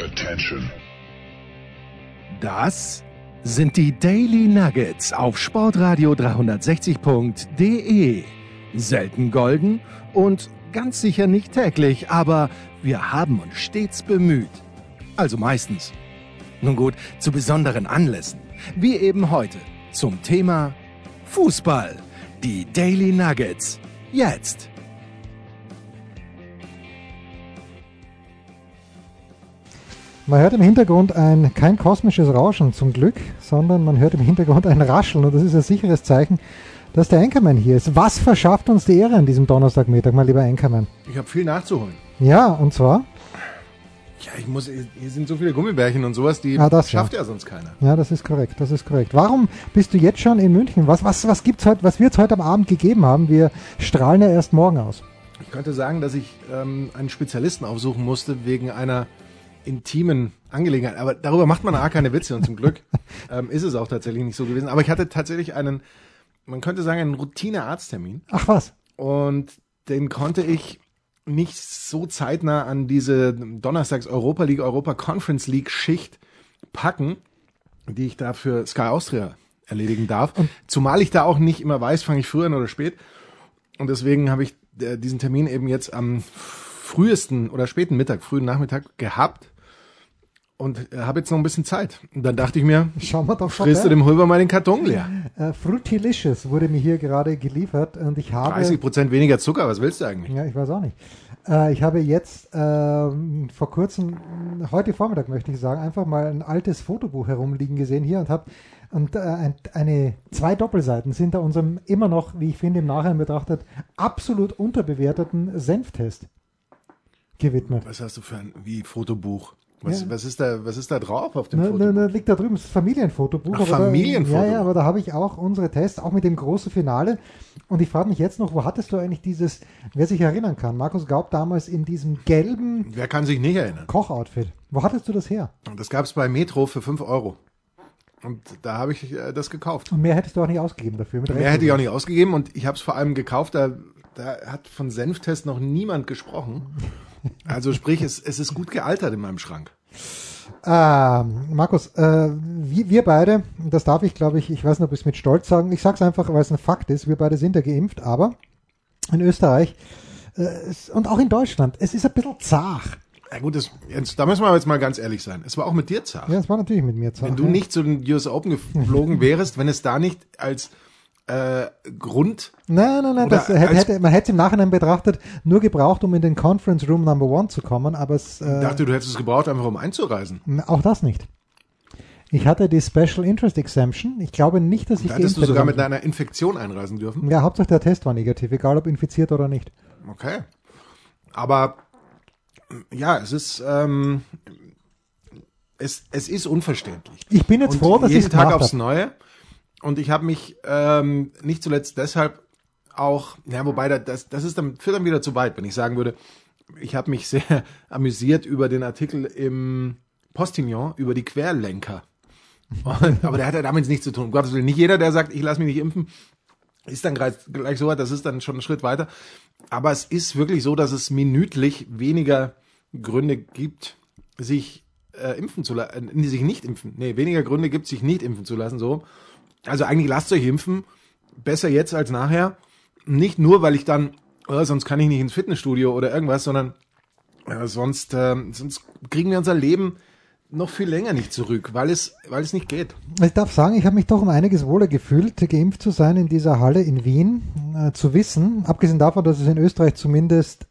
Attention. Das sind die Daily Nuggets auf Sportradio 360.de. Selten golden und ganz sicher nicht täglich, aber wir haben uns stets bemüht. Also meistens. Nun gut, zu besonderen Anlässen, wie eben heute, zum Thema Fußball. Die Daily Nuggets. Jetzt. Man hört im Hintergrund kein kosmisches Rauschen zum Glück, sondern man hört im Hintergrund ein Rascheln und das ist ein sicheres Zeichen, dass der Anchorman hier ist. Was verschafft uns die Ehre an diesem Donnerstagmittag, mein lieber Anchorman? Ich habe viel nachzuholen. Ja, und zwar? Ja, hier sind so viele Gummibärchen und sowas, die schafft ja sonst keiner. Ja, das ist korrekt. Warum bist du jetzt schon in München? Was gibt's heute, was wird es heute am Abend gegeben haben? Wir strahlen ja erst morgen aus. Ich könnte sagen, dass ich einen Spezialisten aufsuchen musste wegen einer intimen Angelegenheit. Aber darüber macht man keine Witze und zum Glück ist es auch tatsächlich nicht so gewesen. Aber ich hatte tatsächlich man könnte sagen, einen Routine-Arzttermin. Ach was. Und den konnte ich nicht so zeitnah an diese Donnerstags Europa League, Europa Conference League Schicht packen, die ich da für Sky Austria erledigen darf. Zumal ich da auch nicht immer weiß, fange ich früher an oder spät. Und deswegen habe ich diesen Termin eben jetzt am frühen Nachmittag gehabt und habe jetzt noch ein bisschen Zeit. Und dann dachte ich mir, frisst du dem Hulber mal den Karton leer. Frutilicious wurde mir hier gerade geliefert und ich habe 30% weniger Zucker, was willst du eigentlich? Ja, ich weiß auch nicht. Ich habe jetzt vor kurzem, heute Vormittag möchte ich sagen, einfach mal ein altes Fotobuch herumliegen gesehen hier und habe zwei Doppelseiten sind da unserem immer noch, wie ich finde, im Nachhinein betrachtet, absolut unterbewerteten Senftest gewidmet. Was hast du für ein Fotobuch? Was ist da drauf auf dem Foto? Liegt da drüben, das Familienfotobuch. Ach, Familienfotobuch. Ja, aber da habe ich auch unsere Tests, auch mit dem großen Finale. Und ich frage mich jetzt noch, wo hattest du eigentlich wer sich erinnern kann, Markus Gaub damals in diesem gelben Wer kann sich nicht erinnern? Kochoutfit. Wo hattest du das her? Das gab es bei Metro für 5 Euro. Und da habe ich das gekauft. Und mehr hättest du auch nicht ausgegeben dafür? Mehr hätte ich auch nicht ausgegeben und ich habe es vor allem gekauft, da hat von Senftest noch niemand gesprochen. Also sprich, es ist gut gealtert in meinem Schrank. Markus, wir beide, das darf ich, glaube ich weiß nicht, ob ich es mit Stolz sagen, ich sage es einfach, weil es ein Fakt ist, wir beide sind ja geimpft, aber in Österreich und auch in Deutschland, es ist ein bisschen zart. Ja gut, da müssen wir jetzt mal ganz ehrlich sein. Es war auch mit dir zart. Ja, es war natürlich mit mir zart. Wenn du nicht zu den US Open geflogen wärst, wenn es da nicht als Grund... Nein, man hätte es im Nachhinein betrachtet, nur gebraucht, um in den Conference Room Number 1 zu kommen, aber es... Ich dachte, du hättest es gebraucht, einfach um einzureisen. Auch das nicht. Ich hatte die Special Interest Exemption. Ich glaube nicht, dass ich geimpft hättest du sogar mit einer Infektion einreisen dürfen? Ja, Hauptsache der Test war negativ, egal ob infiziert oder nicht. Okay. Aber ja, es ist es ist unverständlich. Ich bin jetzt froh, dass ich es jeden Tag aufs Neue. Und ich habe mich nicht zuletzt deshalb auch, wobei das führt dann wieder zu weit, wenn ich sagen würde, ich habe mich sehr amüsiert über den Artikel im Postillon über die Querlenker. Aber der hat ja damit nichts zu tun. Um Gottes Willen, nicht jeder, der sagt, ich lasse mich nicht impfen, ist dann gleich so weit, das ist dann schon ein Schritt weiter. Aber es ist wirklich so, dass es minütlich weniger Gründe gibt, sich impfen zu lassen, weniger Gründe gibt, sich nicht impfen zu lassen, so. Also eigentlich lasst euch impfen, besser jetzt als nachher. Nicht nur, weil ich dann, sonst kann ich nicht ins Fitnessstudio oder irgendwas, sondern sonst kriegen wir unser Leben noch viel länger nicht zurück, weil es nicht geht. Ich darf sagen, ich habe mich doch um einiges wohler gefühlt, geimpft zu sein in dieser Halle in Wien, zu wissen, abgesehen davon, dass es in Österreich zumindest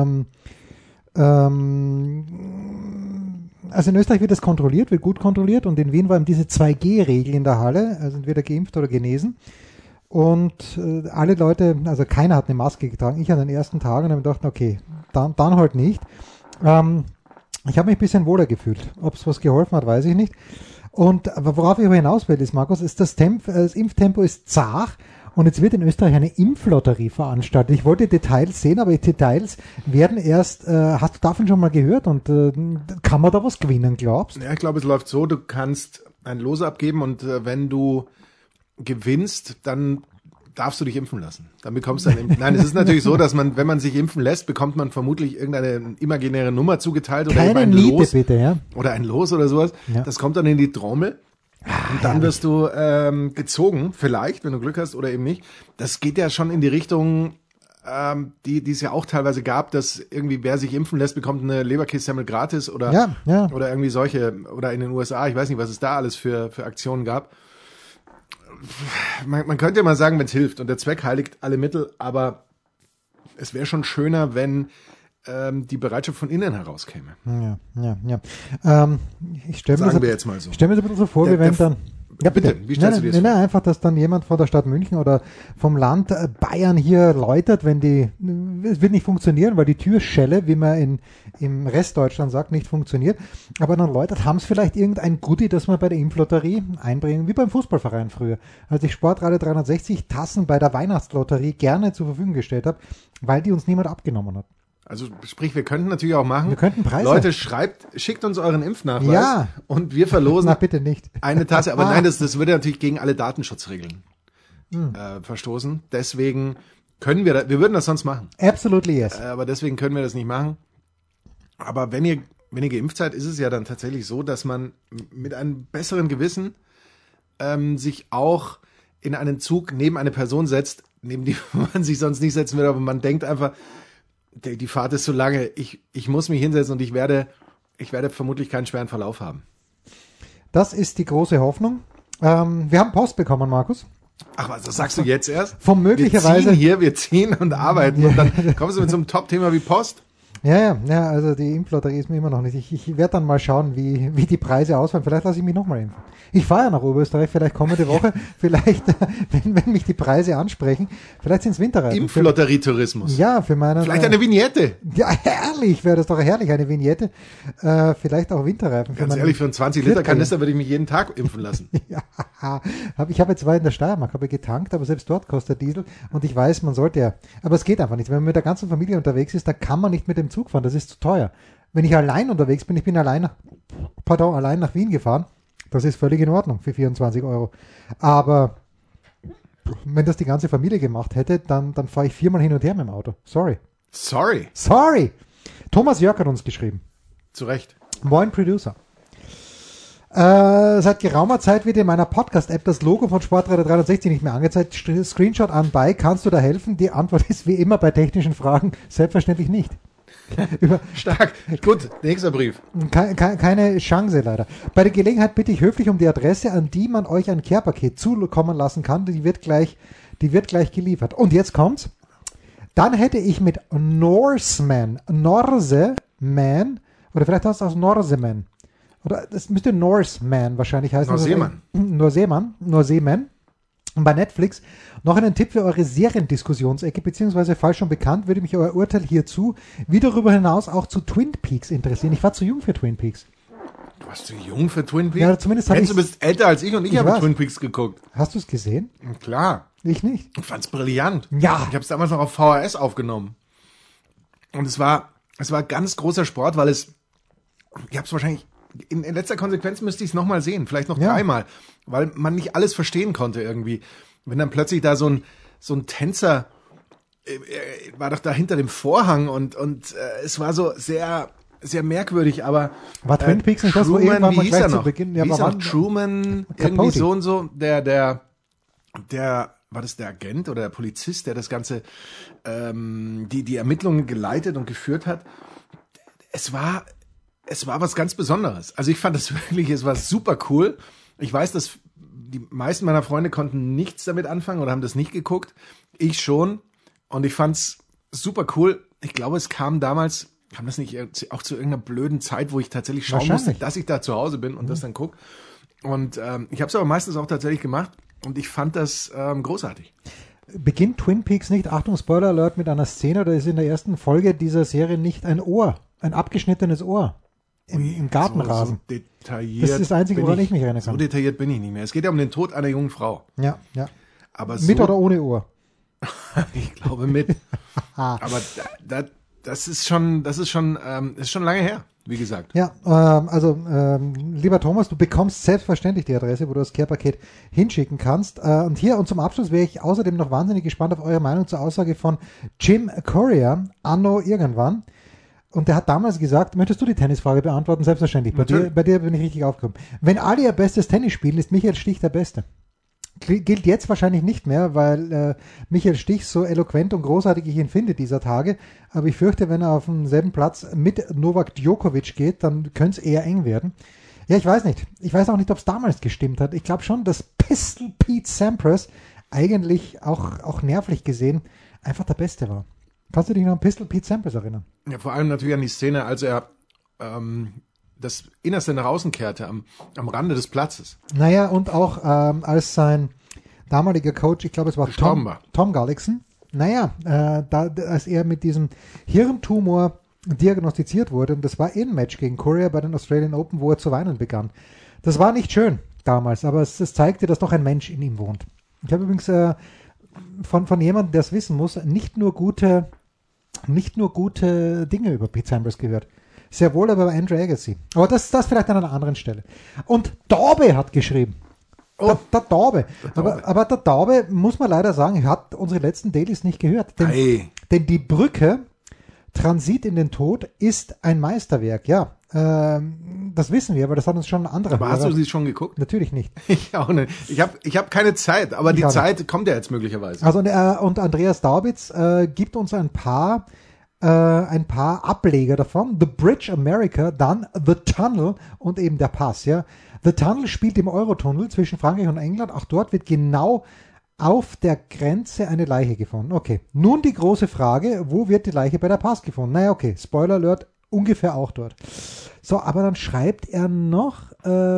also in Österreich wird das kontrolliert, wird gut kontrolliert und in Wien war eben diese 2G-Regel in der Halle, also entweder geimpft oder genesen. Und alle Leute, also keiner hat eine Maske getragen. Ich an den ersten Tagen habe gedacht, okay, dann halt nicht. Ich habe mich ein bisschen wohler gefühlt. Ob es was geholfen hat, weiß ich nicht. Und worauf ich aber hinaus will, ist, Markus, ist das Impftempo ist zart. Und jetzt wird in Österreich eine Impflotterie veranstaltet. Ich wollte Details sehen, aber die Details werden erst, hast du davon schon mal gehört? Und kann man da was gewinnen, glaubst du? Ja, ich glaube, es läuft so, du kannst ein Los abgeben und wenn du gewinnst, dann darfst du dich impfen lassen. Dann bekommst du Nein, es ist natürlich so, dass man, wenn man sich impfen lässt, bekommt man vermutlich irgendeine imaginäre Nummer zugeteilt oder eben ein Niete, Los. bitte, ja. Oder ein Los oder sowas. Ja. Das kommt dann in die Trommel. Und dann wirst du gezogen, vielleicht, wenn du Glück hast oder eben nicht. Das geht ja schon in die Richtung, die es ja auch teilweise gab, dass irgendwie wer sich impfen lässt, bekommt eine Leberkässemmel gratis oder oder irgendwie solche, oder in den USA, ich weiß nicht, was es da alles für Aktionen gab. Man könnte ja mal sagen, wenn es hilft und der Zweck heiligt alle Mittel, aber es wäre schon schöner, wenn die Bereitschaft von innen herauskäme. Ich stelle mir Sagen wir jetzt mal so. Ich stelle mir das ein bisschen so vor, wie wenn dann... Ja, bitte. Wie stellst du dir das vor? Einfach, dass dann jemand von der Stadt München oder vom Land Bayern hier läutert, es wird nicht funktionieren, weil die Türschelle, wie man im Rest Deutschland sagt, nicht funktioniert. Aber dann läutert, haben es vielleicht irgendein Goodie, das man bei der Impflotterie einbringen, wie beim Fußballverein früher. Als ich Sportradio 360 Tassen bei der Weihnachtslotterie gerne zur Verfügung gestellt habe, weil die uns niemand abgenommen hat. Also sprich, wir könnten natürlich auch machen. Wir könnten Preise. Leute, schickt uns euren Impfnachweis. Ja. Und wir verlosen. Na, bitte nicht. Eine Tasse. Aber nein, das würde natürlich gegen alle Datenschutzregeln verstoßen. Deswegen können wir würden das sonst machen. Absolutely yes. Aber deswegen können wir das nicht machen. Aber wenn ihr geimpft seid, ist es ja dann tatsächlich so, dass man mit einem besseren Gewissen sich auch in einen Zug neben eine Person setzt, neben die man sich sonst nicht setzen würde. Aber man denkt einfach, die Fahrt ist so lange, ich muss mich hinsetzen und ich werde vermutlich keinen schweren Verlauf haben. Das ist die große Hoffnung. Wir haben Post bekommen, Markus. Ach was, das sagst du jetzt erst? Möglicherweise. Wir ziehen und arbeiten und dann kommst du mit so einem Top-Thema wie Post. Ja, also die Impflotterie ist mir immer noch nicht. Ich werde dann mal schauen, wie die Preise ausfallen. Vielleicht lasse ich mich nochmal impfen. Ich fahre ja nach Oberösterreich, vielleicht kommende Woche, vielleicht, wenn mich die Preise ansprechen, vielleicht sind es Winterreifen. Impflotterietourismus. Ja, für meinen... Vielleicht eine Vignette. Ja, herrlich, wäre das doch herrlich, eine Vignette. Vielleicht auch Winterreifen. Ganz ehrlich, für einen 20-Liter-Kanister würde ich mich jeden Tag impfen lassen. Ja, ich habe jetzt in der Steiermark, habe getankt, aber selbst dort kostet Diesel und ich weiß, man sollte ja, aber es geht einfach nicht. Wenn man mit der ganzen Familie unterwegs ist, dann kann man nicht mit dem Zug fahren, das ist zu teuer. Wenn ich allein unterwegs bin, ich bin allein nach Wien gefahren, das ist völlig in Ordnung für 24 €. Aber wenn das die ganze Familie gemacht hätte, dann fahre ich 4-mal hin und her mit dem Auto. Sorry. Thomas Jörg hat uns geschrieben. Zu Recht. Moin Producer. Seit geraumer Zeit wird in meiner Podcast-App das Logo von Sportradio 360 nicht mehr angezeigt. Screenshot anbei, kannst du da helfen? Die Antwort ist wie immer bei technischen Fragen selbstverständlich nicht. Stark. Gut, nächster Brief. Keine Chance leider. Bei der Gelegenheit bitte ich höflich um die Adresse, an die man euch ein Care-Paket zukommen lassen kann. Die wird gleich geliefert. Und jetzt kommt's. Dann hätte ich mit Norseman, oder vielleicht heißt es auch Norseman. Oder das müsste Norseman wahrscheinlich heißen. Norseman. Und bei Netflix noch einen Tipp für eure Seriendiskussionsecke, beziehungsweise falls schon bekannt, würde mich euer Urteil hierzu wie darüber hinaus auch zu Twin Peaks interessieren. Ich war zu jung für Twin Peaks. Du warst zu jung für Twin Peaks? Ja, zumindest habe ich... Du bist älter als ich und ich habe Twin Peaks geguckt. Hast du es gesehen? Klar. Ich nicht. Ich fand's brillant. Ja. Ich habe es damals noch auf VHS aufgenommen. Und es war ganz großer Sport, weil ich habe es wahrscheinlich... In letzter Konsequenz müsste ich es nochmal sehen, vielleicht noch 3-mal, weil man nicht alles verstehen konnte irgendwie. Wenn dann plötzlich da so ein Tänzer war doch da hinter dem Vorhang und es war so sehr, sehr merkwürdig, aber war Twin Peaks nicht das, wo irgendwann mal gleich zu Beginn... Ja, wie hieß er noch? Truman, irgendwie so und so, der war das der Agent oder der Polizist, der das Ganze, die Ermittlungen geleitet und geführt hat. Es war was ganz Besonderes. Also ich fand das wirklich, es war super cool. Ich weiß, dass die meisten meiner Freunde konnten nichts damit anfangen oder haben das nicht geguckt. Ich schon. Und ich fand's super cool. Ich glaube, es kam das nicht auch zu irgendeiner blöden Zeit, wo ich tatsächlich schauen musste, dass ich da zu Hause bin und das dann gucke. Und ich habe es aber meistens auch tatsächlich gemacht. Und ich fand das großartig. Beginnt Twin Peaks nicht, Achtung, Spoiler Alert, mit einer Szene, oder ist in der ersten Folge dieser Serie nicht ein abgeschnittenes Ohr? Im Gartenrasen. So detailliert. Das ist das Einzige, woran ich mich erinnern kann. So detailliert bin ich nicht mehr. Es geht ja um den Tod einer jungen Frau. Ja. Aber mit oder ohne Ohr? Ich glaube mit. Aber das ist schon lange her. wie gesagt. Ja, lieber Thomas, du bekommst selbstverständlich die Adresse, wo du das Care-Paket hinschicken kannst. Und zum Abschluss wäre ich außerdem noch wahnsinnig gespannt auf eure Meinung zur Aussage von Jim Courier, anno irgendwann. Und der hat damals gesagt, möchtest du die Tennisfrage beantworten? Selbstverständlich. Bei dir bin ich richtig aufgekommen. Wenn alle ihr bestes Tennis spielen, ist Michael Stich der Beste. Gilt jetzt wahrscheinlich nicht mehr, weil Michael Stich so eloquent und großartig ich ihn finde dieser Tage. Aber ich fürchte, wenn er auf demselben Platz mit Novak Djokovic geht, dann könnte es eher eng werden. Ja, ich weiß nicht. Ich weiß auch nicht, ob es damals gestimmt hat. Ich glaube schon, dass Pistol Pete Sampras eigentlich auch nervlich gesehen einfach der Beste war. Kannst du dich noch an Pistol Pete Sampras erinnern? Ja, vor allem natürlich an die Szene, als er das Innerste nach außen kehrte, am Rande des Platzes. Naja, und auch als sein damaliger Coach, ich glaube es war Tom Gullickson, als er mit diesem Hirntumor diagnostiziert wurde, und das war ein Match gegen Courier bei den Australian Open, wo er zu weinen begann. Das war nicht schön damals, aber es zeigte, dass doch ein Mensch in ihm wohnt. Ich habe übrigens von jemandem, der es wissen muss, nicht nur gute Dinge über Pete Sampras gehört. Sehr wohl aber bei Andrew Agassi. Aber das vielleicht an einer anderen Stelle. Und Daube hat geschrieben. Oh. Der Daube. Aber der Daube, muss man leider sagen, hat unsere letzten Dailies nicht gehört. Denn die Brücke Transit in den Tod ist ein Meisterwerk, ja. Das wissen wir, aber das hat uns schon ein anderer. Aber hast du sie schon geguckt? Natürlich nicht. Ich auch nicht. Ich hab keine Zeit, aber die Zeit kommt ja jetzt möglicherweise. Also und Andreas Daubitz gibt uns ein paar Ableger davon. The Bridge America, dann The Tunnel und eben der Pass, ja. The Tunnel spielt im Eurotunnel zwischen Frankreich und England. Auch dort wird genau auf der Grenze eine Leiche gefunden. Okay, nun die große Frage, wo wird die Leiche bei der Pass gefunden? Naja, okay, Spoiler Alert, ungefähr auch dort. So, aber dann schreibt er noch,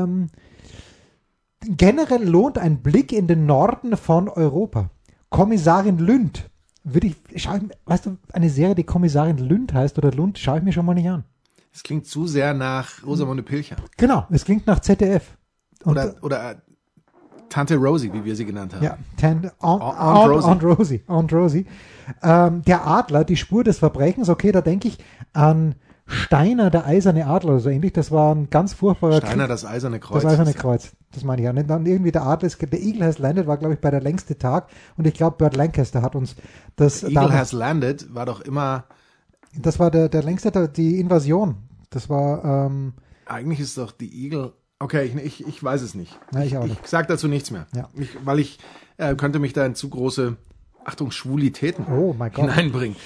generell lohnt ein Blick in den Norden von Europa. Kommissarin Lünd, weißt du, eine Serie, die Kommissarin Lünd heißt oder Lund, schaue ich mir schon mal nicht an. Es klingt zu sehr nach Rosamunde Pilcher. Genau, es klingt nach ZDF. Oder Tante Rosie, wie wir sie genannt haben. Ja, Aunt Rosie. Der Adler, die Spur des Verbrechens, okay, da denke ich an Steiner, der eiserne Adler oder so ähnlich. Das war ein ganz furchtbarer Steiner, das eiserne Kreuz. Das eiserne Kreuz, das meine ich ja. Und dann irgendwie der Adler, der Eagle Has Landed war, glaube ich, bei der längste Tag. Und ich glaube, Burt Lancaster hat uns das... Eagle Has Landed war doch immer... Das war der längste, die Invasion. Das war... Eigentlich ist doch die Eagle... Okay, ich weiß es nicht. Ja, ich auch nicht. Ich sage dazu nichts mehr. Ja. Weil ich könnte mich da in zu große, Achtung, Schwulitäten hineinbringen.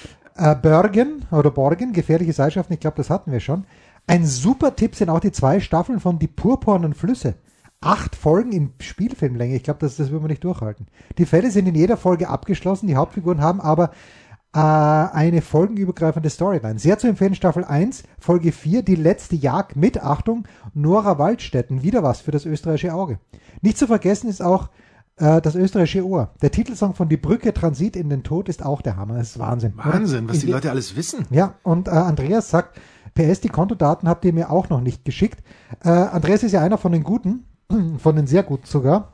Borgen, gefährliche Seilschaften, ich glaube, das hatten wir schon. Ein super Tipp sind auch die 2 Staffeln von Die purpurnen Flüsse. 8 Folgen in Spielfilmlänge, ich glaube, das würden wir nicht durchhalten. Die Fälle sind in jeder Folge abgeschlossen, die Hauptfiguren haben aber eine folgenübergreifende Storyline. Sehr zu empfehlen, Staffel 1, Folge 4, die letzte Jagd mit, Achtung, Nora Waldstätten. Wieder was für das österreichische Auge. Nicht zu vergessen ist auch das österreichische Ohr. Der Titelsong von Die Brücke Transit in den Tod ist auch der Hammer. Das ist Wahnsinn. Wahnsinn, was die Leute alles wissen. Ja, und Andreas sagt, PS, die Kontodaten habt ihr mir auch noch nicht geschickt. Andreas ist ja einer von den Guten, von den sehr Guten sogar.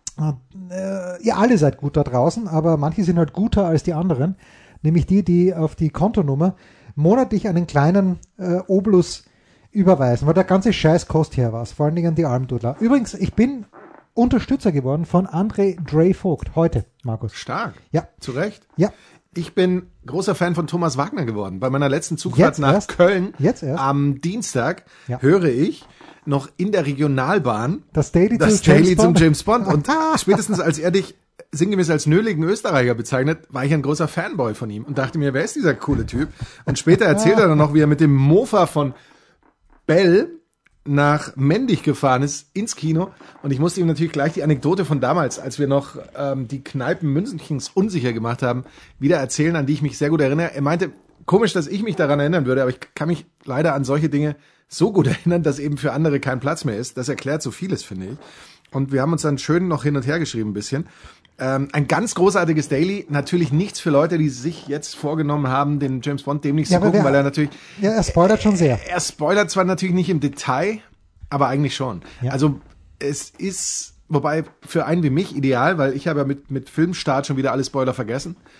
Ihr alle seid gut da draußen, aber manche sind halt guter als die anderen. Nämlich die auf die Kontonummer monatlich einen kleinen Obolus überweisen, weil der ganze Scheiß kostet her was, vor allen Dingen an die Almdudler. Übrigens, ich bin Unterstützer geworden von André Dre Vogt heute, Markus. Stark. Ja. Zu Recht. Ja. Ich bin großer Fan von Thomas Wagner geworden. Bei meiner letzten Zugfahrt nach Köln am Dienstag höre ich noch in der Regionalbahn das Daily zum James Bond. Und spätestens als er dich sinngemäß als nöligen Österreicher bezeichnet, war ich ein großer Fanboy von ihm und dachte mir, wer ist dieser coole Typ? Und später erzählt er dann noch, wie er mit dem Mofa von Bell nach Mendig gefahren ist ins Kino. Und ich musste ihm natürlich gleich die Anekdote von damals, als wir noch die Kneipen Münchens unsicher gemacht haben, wieder erzählen, an die ich mich sehr gut erinnere. Er meinte, komisch, dass ich mich daran erinnern würde, aber ich kann mich leider an solche Dinge so gut erinnern, dass eben für andere kein Platz mehr ist. Das erklärt so vieles, finde ich. Und wir haben uns dann schön noch hin und her geschrieben ein bisschen. Ein ganz großartiges Daily, natürlich nichts für Leute, die sich jetzt vorgenommen haben, den James Bond demnächst zu gucken, weil er natürlich... Ja, er spoilert schon sehr. Er spoilert zwar natürlich nicht im Detail, aber eigentlich schon. Ja. Also es ist, wobei für einen wie mich ideal, weil ich habe ja mit Filmstart schon wieder alle Spoiler vergessen.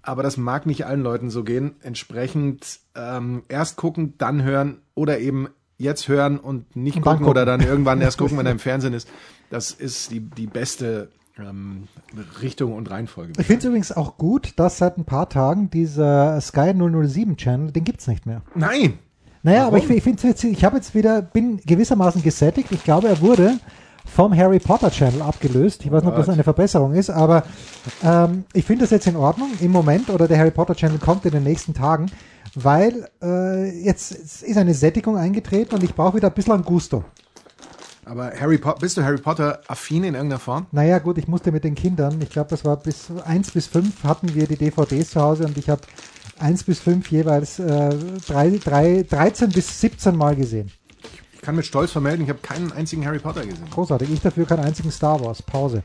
aber das mag nicht allen Leuten so gehen. Entsprechend erst gucken, dann hören oder eben jetzt hören und nicht gucken oder dann irgendwann erst gucken, wenn er im Fernsehen ist. Das ist die beste Richtung und Reihenfolge. Ich finde es übrigens auch gut, dass seit ein paar Tagen dieser Sky 007 Channel, den gibt's nicht mehr. Nein! Naja, warum? Aber ich finde es ich habe jetzt wieder, bin gewissermaßen gesättigt. Ich glaube, er wurde vom Harry Potter Channel abgelöst. Ich weiß nicht, ob das eine Verbesserung ist, aber ich finde das jetzt in Ordnung im Moment, oder der Harry Potter Channel kommt in den nächsten Tagen, weil jetzt ist eine Sättigung eingetreten und ich brauche wieder ein bisschen an Gusto. Aber bist du Harry Potter affin in irgendeiner Form? Naja gut, ich musste mit den Kindern, ich glaube, das war bis 1 bis 5 hatten wir die DVDs zu Hause und ich habe 1 bis 5 jeweils 13 bis 17 Mal gesehen. Ich kann mit Stolz vermelden, ich habe keinen einzigen Harry Potter gesehen. Großartig, ich dafür keinen einzigen Star Wars. Pause.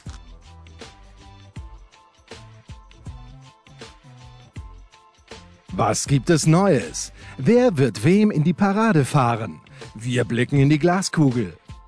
Was gibt es Neues? Wer wird wem in die Parade fahren? Wir blicken in die Glaskugel.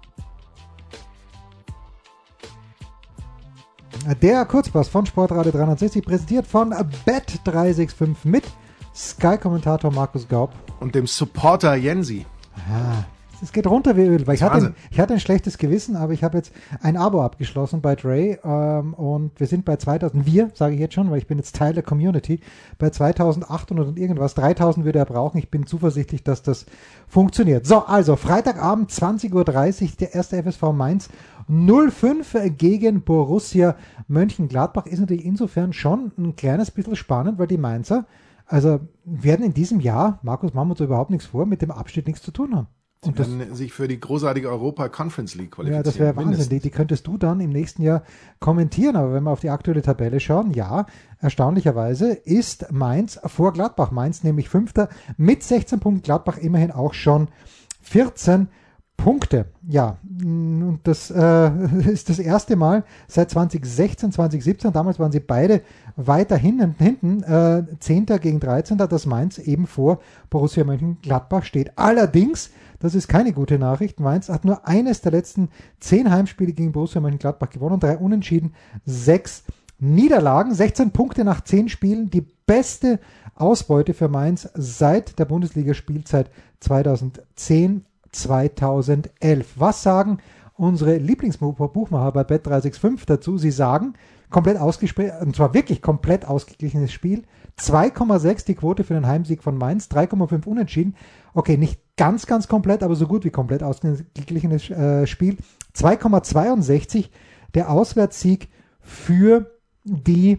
Der Kurzpass von Sportradio 360, präsentiert von Bet365 mit Sky-Kommentator Markus Gaub. Und dem Supporter Jensi. Es geht runter wie Öl, weil ich hatte ein schlechtes Gewissen, aber ich habe jetzt ein Abo abgeschlossen bei Dre und wir sind bei 2000, sage ich jetzt schon, weil ich bin jetzt Teil der Community, bei 2800 und irgendwas, 3000 würde er brauchen. Ich bin zuversichtlich, dass das funktioniert. So, also Freitagabend 20.30 Uhr, der erste FSV Mainz 05 gegen Borussia Mönchengladbach ist natürlich insofern schon ein kleines bisschen spannend, weil die Mainzer werden in diesem Jahr, Markus, machen wir uns überhaupt nichts vor, mit dem Abstieg nichts zu tun haben. Und werden sich für die großartige Europa Conference League qualifizieren. Ja, das wäre Wahnsinn. Die könntest du dann im nächsten Jahr kommentieren. Aber wenn wir auf die aktuelle Tabelle schauen, ja, erstaunlicherweise ist Mainz vor Gladbach. Mainz nämlich 5. mit 16 Punkten, Gladbach immerhin auch schon 14 Punkte. Ja, und das ist das erste Mal seit 2016, 2017. Damals waren sie beide weiter hinten, 10. gegen 13. dass Mainz eben vor Borussia Mönchengladbach steht. Allerdings, das ist keine gute Nachricht, Mainz hat nur eines der letzten 10 Heimspiele gegen Borussia Mönchengladbach gewonnen, 3 Unentschieden, 6 Niederlagen, 16 Punkte nach 10 Spielen, die beste Ausbeute für Mainz seit der Bundesligaspielzeit 2010, 2011. Was sagen unsere Lieblingsbuchmacher bei Bet365 dazu? Sie sagen, komplett ausgespielt, und zwar wirklich komplett ausgeglichenes Spiel, 2,6 die Quote für den Heimsieg von Mainz, 3,5 Unentschieden. Okay, nicht ganz komplett, aber so gut wie komplett ausgeglichenes Spiel. 2,62 der Auswärtssieg für die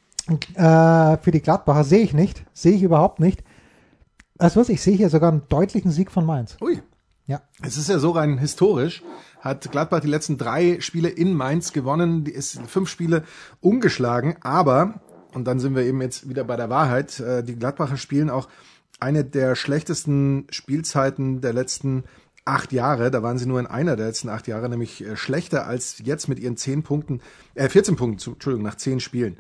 Gladbacher. Sehe ich nicht, sehe ich überhaupt nicht. Also ich sehe hier sogar einen deutlichen Sieg von Mainz. Ui. Ja. Es ist ja so rein historisch, hat Gladbach die letzten 3 Spiele in Mainz gewonnen, die ist 5 Spiele ungeschlagen, aber, und dann sind wir eben jetzt wieder bei der Wahrheit, die Gladbacher spielen auch eine der schlechtesten Spielzeiten der letzten 8 Jahre, da waren sie nur in einer der letzten 8 Jahre, nämlich schlechter als jetzt mit ihren 14 Punkten, nach 10 Spielen.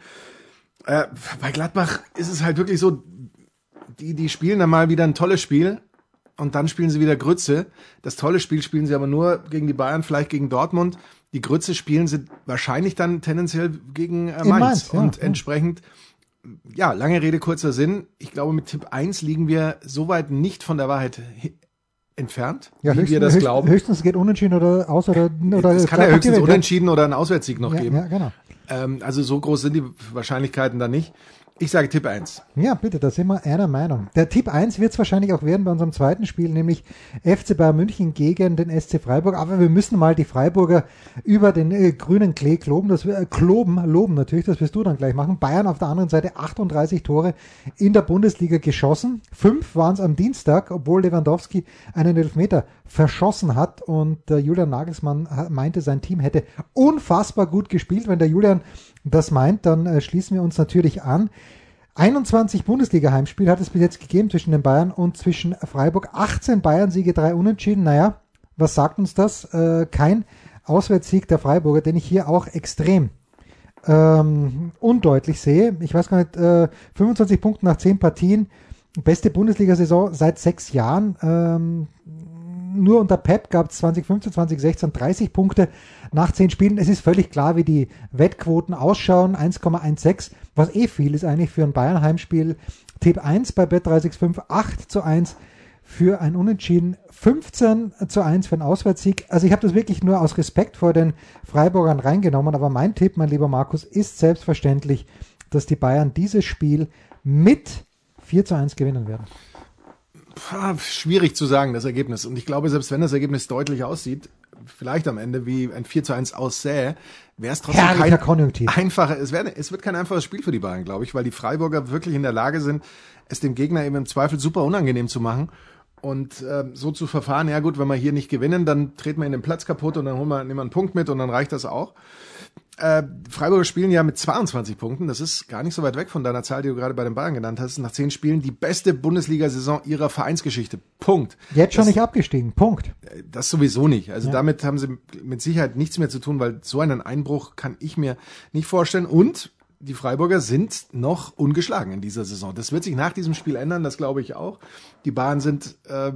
Bei Gladbach ist es halt wirklich so, die spielen dann mal wieder ein tolles Spiel und dann spielen sie wieder Grütze. Das tolle Spiel spielen sie aber nur gegen die Bayern, vielleicht gegen Dortmund. Die Grütze spielen sie wahrscheinlich dann tendenziell gegen Mainz. Und entsprechend, ja, lange Rede, kurzer Sinn. Ich glaube, mit Tipp 1 liegen wir soweit nicht von der Wahrheit entfernt, ja, wie wir das glauben. Höchstens geht unentschieden oder aus oder es kann ja höchstens unentschieden oder einen Auswärtssieg noch geben. Ja, genau. Also so groß sind die Wahrscheinlichkeiten da nicht. Ich sage Tipp 1. Ja, bitte, da sind wir einer Meinung. Der Tipp 1 wird es wahrscheinlich auch werden bei unserem zweiten Spiel, nämlich FC Bayern München gegen den SC Freiburg. Aber wir müssen mal die Freiburger über den grünen Klee loben natürlich, das wirst du dann gleich machen. Bayern auf der anderen Seite 38 Tore in der Bundesliga geschossen. 5 waren es am Dienstag, obwohl Lewandowski einen Elfmeter verschossen hat. Und Julian Nagelsmann meinte, sein Team hätte unfassbar gut gespielt. Wenn der Julian das meint, dann schließen wir uns natürlich an. 21 Bundesliga-Heimspiele hat es bis jetzt gegeben zwischen den Bayern und zwischen Freiburg. 18 Bayern-Siege, 3 Unentschieden. Naja, was sagt uns das? Kein Auswärtssieg der Freiburger, den ich hier auch extrem undeutlich sehe. Ich weiß gar nicht, 25 Punkte nach 10 Partien. Beste Bundesliga-Saison seit 6 Jahren. Nur unter Pep gab es 2015, 2016 30 Punkte nach 10 Spielen. Es ist völlig klar, wie die Wettquoten ausschauen. 1,16 was viel ist eigentlich für ein Bayern-Heimspiel. Tipp 1 bei Bet365, 8:1 für ein Unentschieden, 15:1 für einen Auswärtssieg. Also ich habe das wirklich nur aus Respekt vor den Freiburgern reingenommen, aber mein Tipp, mein lieber Markus, ist selbstverständlich, dass die Bayern dieses Spiel mit 4:1 gewinnen werden. Schwierig zu sagen, das Ergebnis. Und ich glaube, selbst wenn das Ergebnis deutlich aussieht, vielleicht am Ende wie ein 4:1 aussähe, wäre es trotzdem kein einfacher, es wird kein einfaches Spiel für die Bayern, glaube ich, weil die Freiburger wirklich in der Lage sind, es dem Gegner eben im Zweifel super unangenehm zu machen. Und so zu verfahren, ja gut, wenn wir hier nicht gewinnen, dann treten wir in den Platz kaputt und dann nehmen wir einen Punkt mit und dann reicht das auch. Freiburger spielen ja mit 22 Punkten, das ist gar nicht so weit weg von deiner Zahl, die du gerade bei den Bayern genannt hast, nach 10 Spielen die beste Bundesliga-Saison ihrer Vereinsgeschichte. Punkt. Jetzt schon nicht abgestiegen. Punkt. Das sowieso nicht. Also damit haben sie mit Sicherheit nichts mehr zu tun, weil so einen Einbruch kann ich mir nicht vorstellen. Und die Freiburger sind noch ungeschlagen in dieser Saison. Das wird sich nach diesem Spiel ändern, das glaube ich auch. Die Bayern sind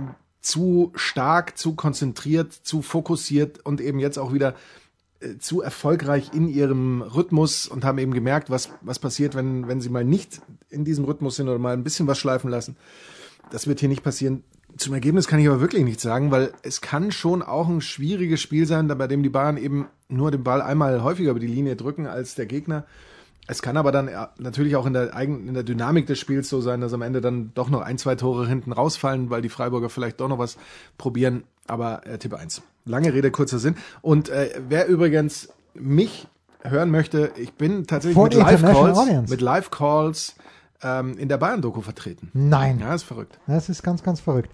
zu stark, zu konzentriert, zu fokussiert und eben jetzt auch wieder zu erfolgreich in ihrem Rhythmus und haben eben gemerkt, was passiert, wenn sie mal nicht in diesem Rhythmus sind oder mal ein bisschen was schleifen lassen. Das wird hier nicht passieren. Zum Ergebnis kann ich aber wirklich nichts sagen, weil es kann schon auch ein schwieriges Spiel sein, bei dem die Bayern eben nur den Ball einmal häufiger über die Linie drücken als der Gegner. Es kann aber dann natürlich auch in der Dynamik des Spiels so sein, dass am Ende dann doch noch 1-2 Tore hinten rausfallen, weil die Freiburger vielleicht doch noch was probieren. Aber Tipp 1. Lange Rede, kurzer Sinn. Und wer übrigens mich hören möchte, ich bin tatsächlich mit Live-Calls in der Bayern-Doku vertreten. Nein. Ja, ist verrückt. Das ist ganz, ganz verrückt.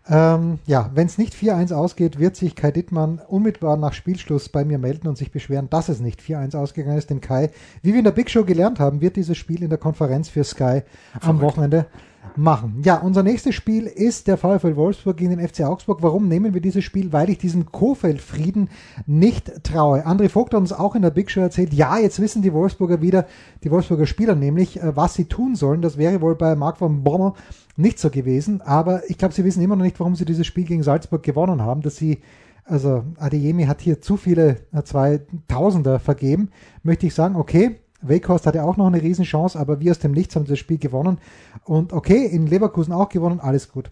Wenn es nicht 4:1 ausgeht, wird sich Kai Dittmann unmittelbar nach Spielschluss bei mir melden und sich beschweren, dass es nicht 4:1 ausgegangen ist. Denn Kai, wie wir in der Big Show gelernt haben, wird dieses Spiel in der Konferenz für Sky am Wochenende machen. Ja, unser nächstes Spiel ist der VfL Wolfsburg gegen den FC Augsburg. Warum nehmen wir dieses Spiel? Weil ich diesem Kofeld-Frieden nicht traue. André Vogt hat uns auch in der Big Show erzählt, ja, jetzt wissen die Wolfsburger wieder, die Wolfsburger Spieler nämlich, was sie tun sollen. Das wäre wohl bei Marc von Bommel nicht so gewesen. Aber ich glaube, sie wissen immer noch nicht, warum sie dieses Spiel gegen Salzburg gewonnen haben, also Adeyemi hat hier zu viele 2000er vergeben. Möchte ich sagen, okay, Weghorst hatte auch noch eine Riesenchance, aber wir aus dem Nichts haben das Spiel gewonnen. Und okay, in Leverkusen auch gewonnen, alles gut.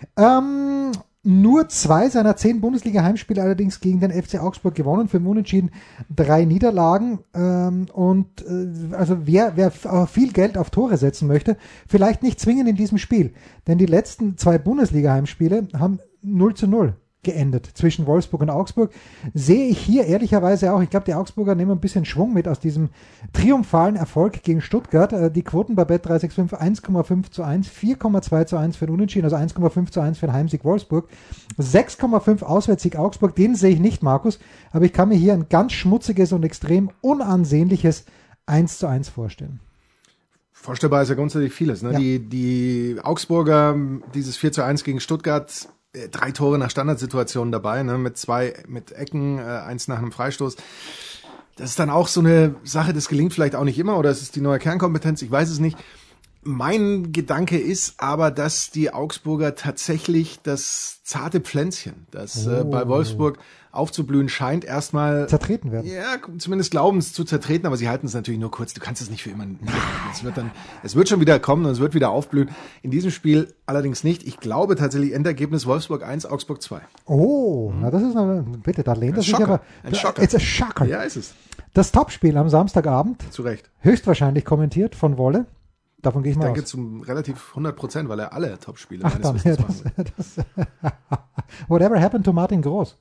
Nur 2 seiner 10 Bundesliga-Heimspiele allerdings gegen den FC Augsburg gewonnen, 5 Unentschieden, 3 Niederlagen. Also wer viel Geld auf Tore setzen möchte, vielleicht nicht zwingend in diesem Spiel. Denn die letzten 2 Bundesliga-Heimspiele haben 0:0 geendet zwischen Wolfsburg und Augsburg. Sehe ich hier ehrlicherweise auch, ich glaube, die Augsburger nehmen ein bisschen Schwung mit aus diesem triumphalen Erfolg gegen Stuttgart. Die Quoten bei Bet365 1,5:1, 4,2:1 für den Unentschieden, also 1,5:1 für den Heimsieg Wolfsburg, 6,5 Auswärtssieg Augsburg, den sehe ich nicht, Markus, aber ich kann mir hier ein ganz schmutziges und extrem unansehnliches 1:1 vorstellen. Vorstellbar ist ja grundsätzlich vieles. Ne? Ja. Die Augsburger, dieses 4:1 gegen Stuttgart, 3 Tore nach Standardsituationen dabei, ne, mit Ecken, 1 nach einem Freistoß. Das ist dann auch so eine Sache, das gelingt vielleicht auch nicht immer, oder es ist die neue Kernkompetenz, ich weiß es nicht. Mein Gedanke ist aber, dass die Augsburger tatsächlich das zarte Pflänzchen, das bei Wolfsburg aufzublühen scheint, erstmal zertreten werden. Ja, zumindest glauben es zu zertreten, aber sie halten es natürlich nur kurz. Du kannst es nicht für immer halten. Es wird schon wieder kommen und es wird wieder aufblühen. In diesem Spiel allerdings nicht. Ich glaube tatsächlich Endergebnis Wolfsburg 1, Augsburg 2. Oh, na das ist bitte, da lehnt er sich aber. Ein Schocker. It's a shocker. Ja, ist es. Das Topspiel am Samstagabend. Zu Recht. Höchstwahrscheinlich kommentiert von Wolle. Davon gehe ich mal aus. Ich denke zum relativ 100%, weil er alle Topspiele meines Wissens Whatever happened to Martin Groß?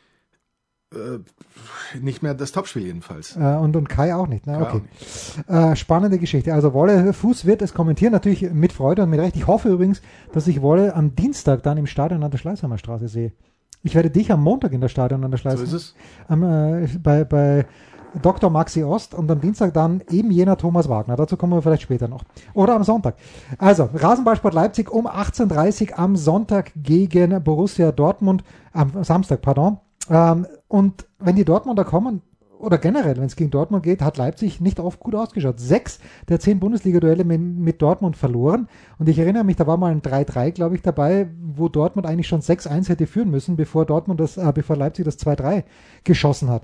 Nicht mehr das Topspiel jedenfalls. Und Kai auch nicht. Ne? Okay. Auch nicht. Spannende Geschichte. Also Wolle Fuß wird es kommentieren, natürlich mit Freude und mit Recht. Ich hoffe übrigens, dass ich Wolle am Dienstag dann im Stadion an der Schleißheimer Straße sehe. Ich werde dich am Montag in der Stadion an der Schleißheimer. So ist es. Bei Dr. Maxi Ost und am Dienstag dann eben jener Thomas Wagner. Dazu kommen wir vielleicht später noch. Oder am Sonntag. Also, Rasenballsport Leipzig um 18:30 Uhr am Sonntag gegen Borussia Dortmund. Am Samstag, pardon. Und wenn die Dortmunder kommen, oder generell, wenn es gegen Dortmund geht, hat Leipzig nicht oft gut ausgeschaut. 6 der 10 Bundesliga-Duelle mit Dortmund verloren. Und ich erinnere mich, da war mal ein 3:3, glaube ich, dabei, wo Dortmund eigentlich schon 6:1 hätte führen müssen, bevor Leipzig das 2:3 geschossen hat.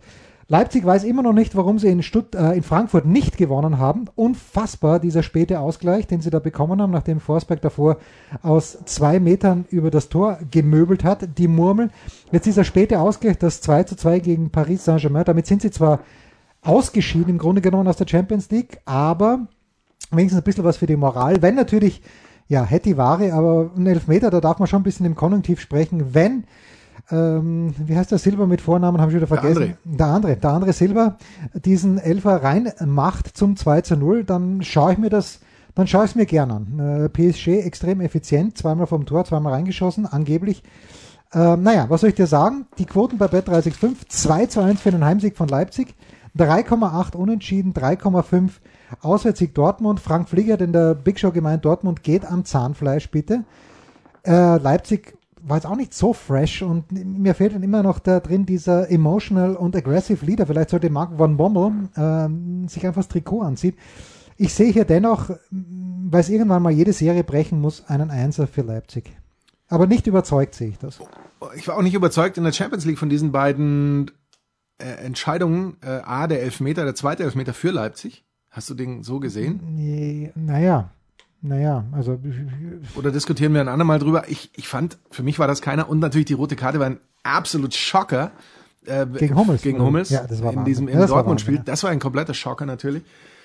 Leipzig weiß immer noch nicht, warum sie in Frankfurt nicht gewonnen haben. Unfassbar, dieser späte Ausgleich, den sie da bekommen haben, nachdem Forsberg davor aus 2 Metern über das Tor gemöbelt hat. Die Murmel. Jetzt dieser späte Ausgleich, das 2:2 gegen Paris Saint-Germain. Damit sind sie zwar ausgeschieden im Grunde genommen aus der Champions League, aber wenigstens ein bisschen was für die Moral. Wenn natürlich, ja, hätte Ware, aber ein Elfmeter, da darf man schon ein bisschen im Konjunktiv sprechen. Wenn wie heißt der Silber mit Vornamen, habe ich wieder vergessen. Der andere Silber diesen Elfer reinmacht zum 2:0, dann schaue ich es mir gern an. PSG extrem effizient, zweimal vom Tor, zweimal reingeschossen, angeblich. Was soll ich dir sagen? Die Quoten bei Bet365, 2:1 für den Heimsieg von Leipzig, 3,8 unentschieden, 3,5 Auswärtssieg Dortmund. Frank Flieger hat in der Big Show gemeint, Dortmund geht am Zahnfleisch, bitte. Leipzig war jetzt auch nicht so fresh und mir fehlt dann immer noch da drin dieser emotional und aggressive Leader. Vielleicht sollte Marc van Bommel sich einfach das Trikot anziehen. Ich sehe hier dennoch, weil es irgendwann mal jede Serie brechen muss, einen Einser für Leipzig. Aber nicht überzeugt sehe ich das. Ich war auch nicht überzeugt in der Champions League von diesen beiden Entscheidungen. Der Elfmeter, der zweite Elfmeter für Leipzig. Hast du den so gesehen? Naja, also. Oder diskutieren wir ein andermal drüber. Ich fand, für mich war das keiner. Und natürlich die rote Karte war ein absolut Schocker. Gegen Hummels. Ja, das war in diesem Dortmund-Spiel. Das war ein kompletter Schocker natürlich.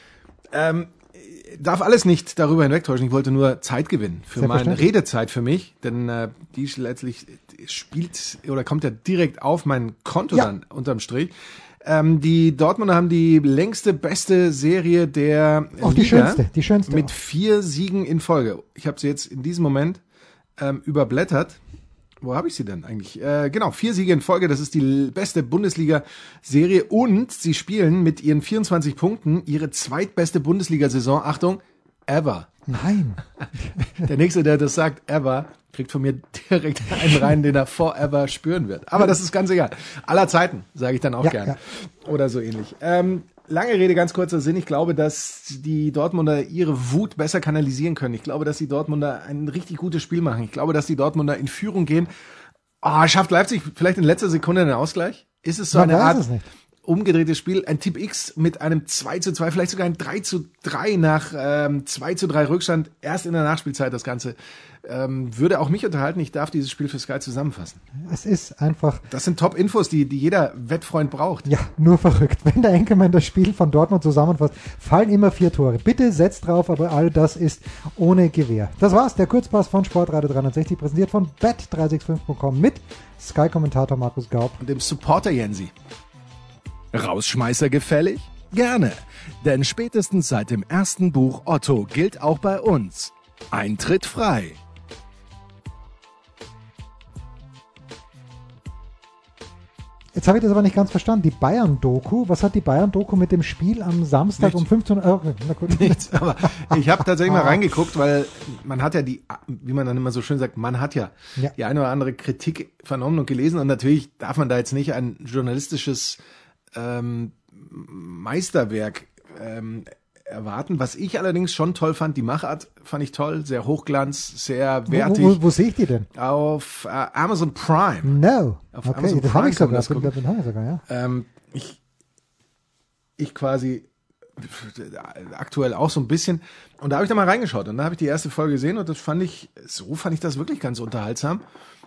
Darf alles nicht darüber hinwegtäuschen. Ich wollte nur Zeit gewinnen für meine Redezeit für mich, denn die letztlich spielt oder kommt ja direkt auf mein Konto dann unterm Strich. Die Dortmunder haben die längste, beste Serie der Liga. Die schönste. Mit 4 Siegen in Folge. Ich habe sie jetzt in diesem Moment überblättert. Wo habe ich sie denn eigentlich? 4 Siege in Folge. Das ist die beste Bundesliga-Serie. Und sie spielen mit ihren 24 Punkten ihre zweitbeste Bundesliga-Saison. Achtung, ever. Nein. Der Nächste, der das sagt, ever, kriegt von mir direkt einen rein, den er forever spüren wird. Aber das ist ganz egal. Aller Zeiten, sage ich dann auch gerne. Ja. Oder so ähnlich. Lange Rede, ganz kurzer Sinn. Ich glaube, dass die Dortmunder ihre Wut besser kanalisieren können. Ich glaube, dass die Dortmunder ein richtig gutes Spiel machen. Ich glaube, dass die Dortmunder in Führung gehen. Schafft Leipzig vielleicht in letzter Sekunde einen Ausgleich? Ist es so eine Art umgedrehtes Spiel? Ein Tipp X mit einem 2:2, vielleicht sogar ein 3:3 nach 2:3 Rückstand. Erst in der Nachspielzeit das Ganze. Würde auch mich unterhalten. Ich darf dieses Spiel für Sky zusammenfassen. Es ist einfach... Das sind Top-Infos, die jeder Wettfreund braucht. Ja, nur verrückt. Wenn der Enkelmann das Spiel von Dortmund zusammenfasst, fallen immer 4 Tore. Bitte setzt drauf, aber all das ist ohne Gewähr. Das war's, der Kurzpass von Sportradio 360, präsentiert von bet365.com mit Sky-Kommentator Markus Gaub und dem Supporter Jensi. Rausschmeißer gefällig? Gerne, denn spätestens seit dem ersten Buch Otto gilt auch bei uns: Eintritt frei. Jetzt habe ich das aber nicht ganz verstanden. Die Bayern-Doku, was hat die Bayern-Doku mit dem Spiel am Samstag um 15 Uhr? Na gut. Nichts, aber ich habe tatsächlich mal reingeguckt, weil man hat ja wie man dann immer so schön sagt, man hat ja die eine oder andere Kritik vernommen und gelesen und natürlich darf man da jetzt nicht ein journalistisches Meisterwerk erwarten. Was ich allerdings schon toll fand, die Machart fand ich toll, sehr Hochglanz, sehr wertig. Wo sehe ich die denn? Auf Amazon Prime. No. Auf okay, Amazon das Prime habe ich sogar. Ja. Ich quasi aktuell auch so ein bisschen. Und da habe ich da mal reingeschaut und da habe ich die erste Folge gesehen und das fand ich das wirklich ganz unterhaltsam.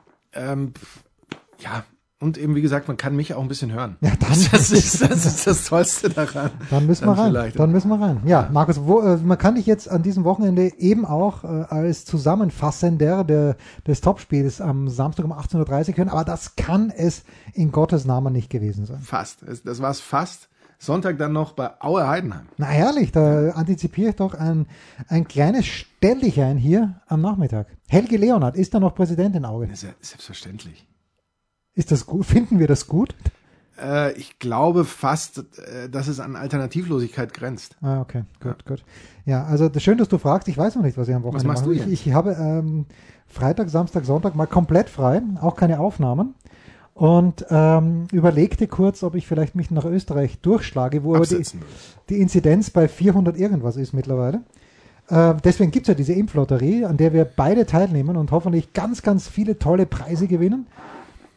Und eben, wie gesagt, man kann mich auch ein bisschen hören. Ja, das ist das Tollste daran. Dann müssen wir rein. Ja, Markus, man kann dich jetzt an diesem Wochenende eben auch als Zusammenfassender des Topspiels am Samstag um 18:30 Uhr hören, aber das kann es in Gottes Namen nicht gewesen sein. Fast. Das war es fast. Sonntag dann noch bei Aue Heidenheim. Na herrlich, da antizipiere ich doch ein kleines Stelldichein hier am Nachmittag. Helge Leonhardt ist da noch Präsident in Aue. Selbstverständlich. Ist das gut? Finden wir das gut? Ich glaube fast, dass es an Alternativlosigkeit grenzt. Okay, gut. Ja, also schön, dass du fragst. Ich weiß noch nicht, was ich am Wochenende mache. Was machst du jetzt? Ich habe Freitag, Samstag, Sonntag mal komplett frei, auch keine Aufnahmen. Und überlegte kurz, ob ich vielleicht mich nach Österreich durchschlage, wo aber die Inzidenz bei 400 irgendwas ist mittlerweile. Deswegen gibt es ja diese Impflotterie, an der wir beide teilnehmen und hoffentlich ganz, ganz viele tolle Preise gewinnen.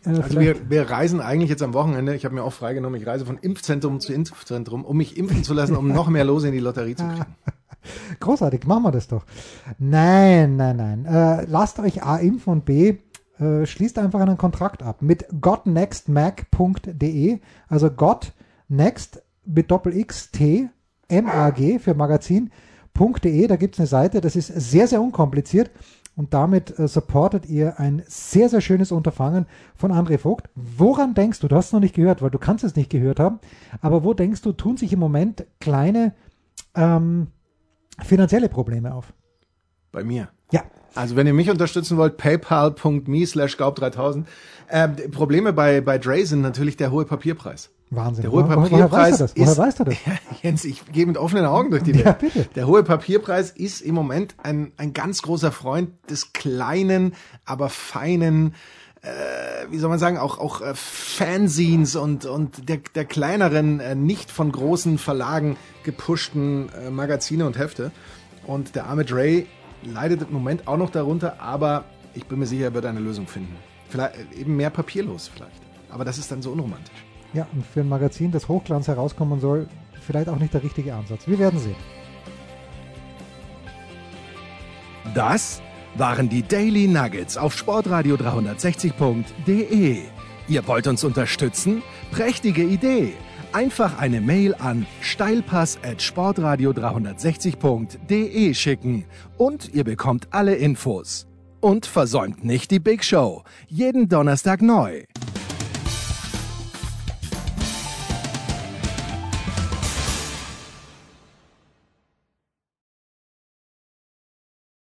Also wir reisen eigentlich jetzt am Wochenende, ich habe mir auch freigenommen, ich reise von Impfzentrum zu Impfzentrum, um mich impfen zu lassen, um noch mehr Lose in die Lotterie zu kriegen. Großartig, machen wir das doch. Nein. Lasst euch A impfen und B, schließt einfach einen Kontrakt ab mit gotnextmag.de, also gotnext mit Doppel-X-T MAG für Magazin.de, da gibt es eine Seite, das ist sehr, sehr unkompliziert und damit supportet ihr ein sehr, sehr schönes Unterfangen von André Vogt. Woran denkst du, hast es noch nicht gehört, weil du kannst es nicht gehört haben, aber wo denkst du, tun sich im Moment kleine finanzielle Probleme auf? Bei mir? Ja. Also wenn ihr mich unterstützen wollt, paypal.me/gaub3000. Probleme bei Dre sind natürlich der hohe Papierpreis. Wahnsinn. Der hohe Papierpreis Woher weißt du das? Ja, Jens, ich gehe mit offenen Augen durch die Welt. Ja, bitte. Der hohe Papierpreis ist im Moment ein ganz großer Freund des kleinen, aber feinen, wie soll man sagen, auch Fanzines und der kleineren, nicht von großen Verlagen gepushten Magazine und Hefte. Und der arme Dre leidet im Moment auch noch darunter, aber ich bin mir sicher, er wird eine Lösung finden. Vielleicht eben mehr papierlos vielleicht. Aber das ist dann so unromantisch. Ja, und für ein Magazin, das Hochglanz herauskommen soll, vielleicht auch nicht der richtige Ansatz. Wir werden sehen. Das waren die Daily Nuggets auf sportradio360.de. Ihr wollt uns unterstützen? Prächtige Idee! Einfach eine Mail an steilpass@sportradio360.de schicken und ihr bekommt alle Infos. Und versäumt nicht die Big Show. Jeden Donnerstag neu.